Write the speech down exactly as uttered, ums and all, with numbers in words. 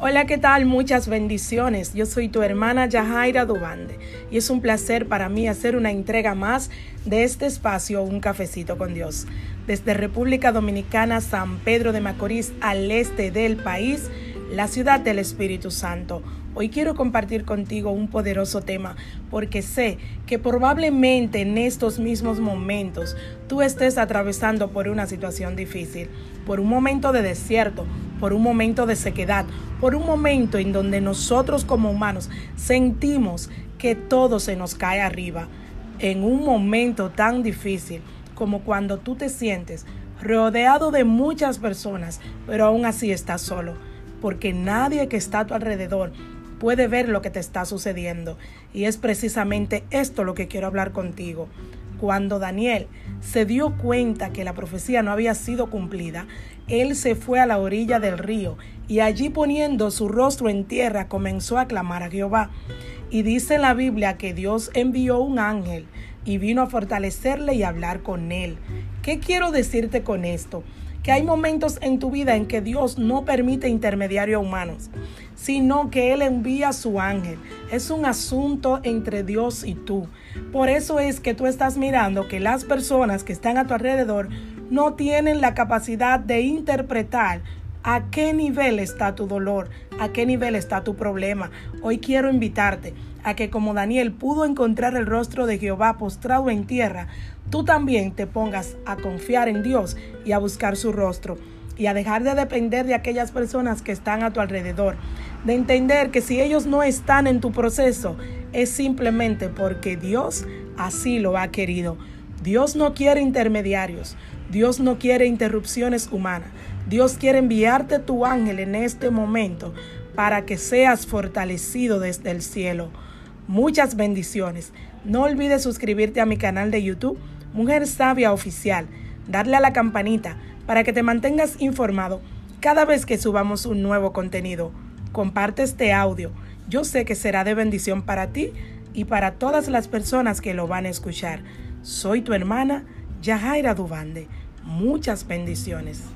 Hola, ¿qué tal? Muchas bendiciones. Yo soy tu hermana Yajaira Dubande y es un placer para mí hacer una entrega más de este espacio, Un Cafecito con Dios. Desde República Dominicana, San Pedro de Macorís, al este del país, la ciudad del Espíritu Santo. Hoy quiero compartir contigo un poderoso tema porque sé que probablemente en estos mismos momentos tú estés atravesando por una situación difícil, por un momento de desierto, por un momento de sequedad, por un momento en donde nosotros como humanos sentimos que todo se nos cae arriba. En un momento tan difícil como cuando tú te sientes rodeado de muchas personas, pero aún así estás solo, porque nadie que está a tu alrededor puede ver lo que te está sucediendo. Y es precisamente esto lo que quiero hablar contigo. Cuando Daniel se dio cuenta que la profecía no había sido cumplida, él se fue a la orilla del río y allí poniendo su rostro en tierra comenzó a clamar a Jehová. Y dice en la Biblia que Dios envió un ángel y vino a fortalecerle y a hablar con él. ¿Qué quiero decirte con esto? Que hay momentos en tu vida en que Dios no permite intermediarios humanos, sino que Él envía a su ángel. Es un asunto entre Dios y tú. Por eso es que tú estás mirando que las personas que están a tu alrededor no tienen la capacidad de interpretar a qué nivel está tu dolor, a qué nivel está tu problema. Hoy quiero invitarte a que como Daniel pudo encontrar el rostro de Jehová postrado en tierra, tú también te pongas a confiar en Dios y a buscar su rostro y a dejar de depender de aquellas personas que están a tu alrededor, de entender que si ellos no están en tu proceso es simplemente porque Dios así lo ha querido. Dios no quiere intermediarios, Dios no quiere interrupciones humanas. Dios quiere enviarte tu ángel en este momento para que seas fortalecido desde el cielo. Muchas bendiciones. No olvides suscribirte a mi canal de YouTube, Mujer Sabia Oficial, darle a la campanita para que te mantengas informado cada vez que subamos un nuevo contenido. Comparte este audio. Yo sé que será de bendición para ti y para todas las personas que lo van a escuchar. Soy tu hermana Yajaira Dubande. Muchas bendiciones.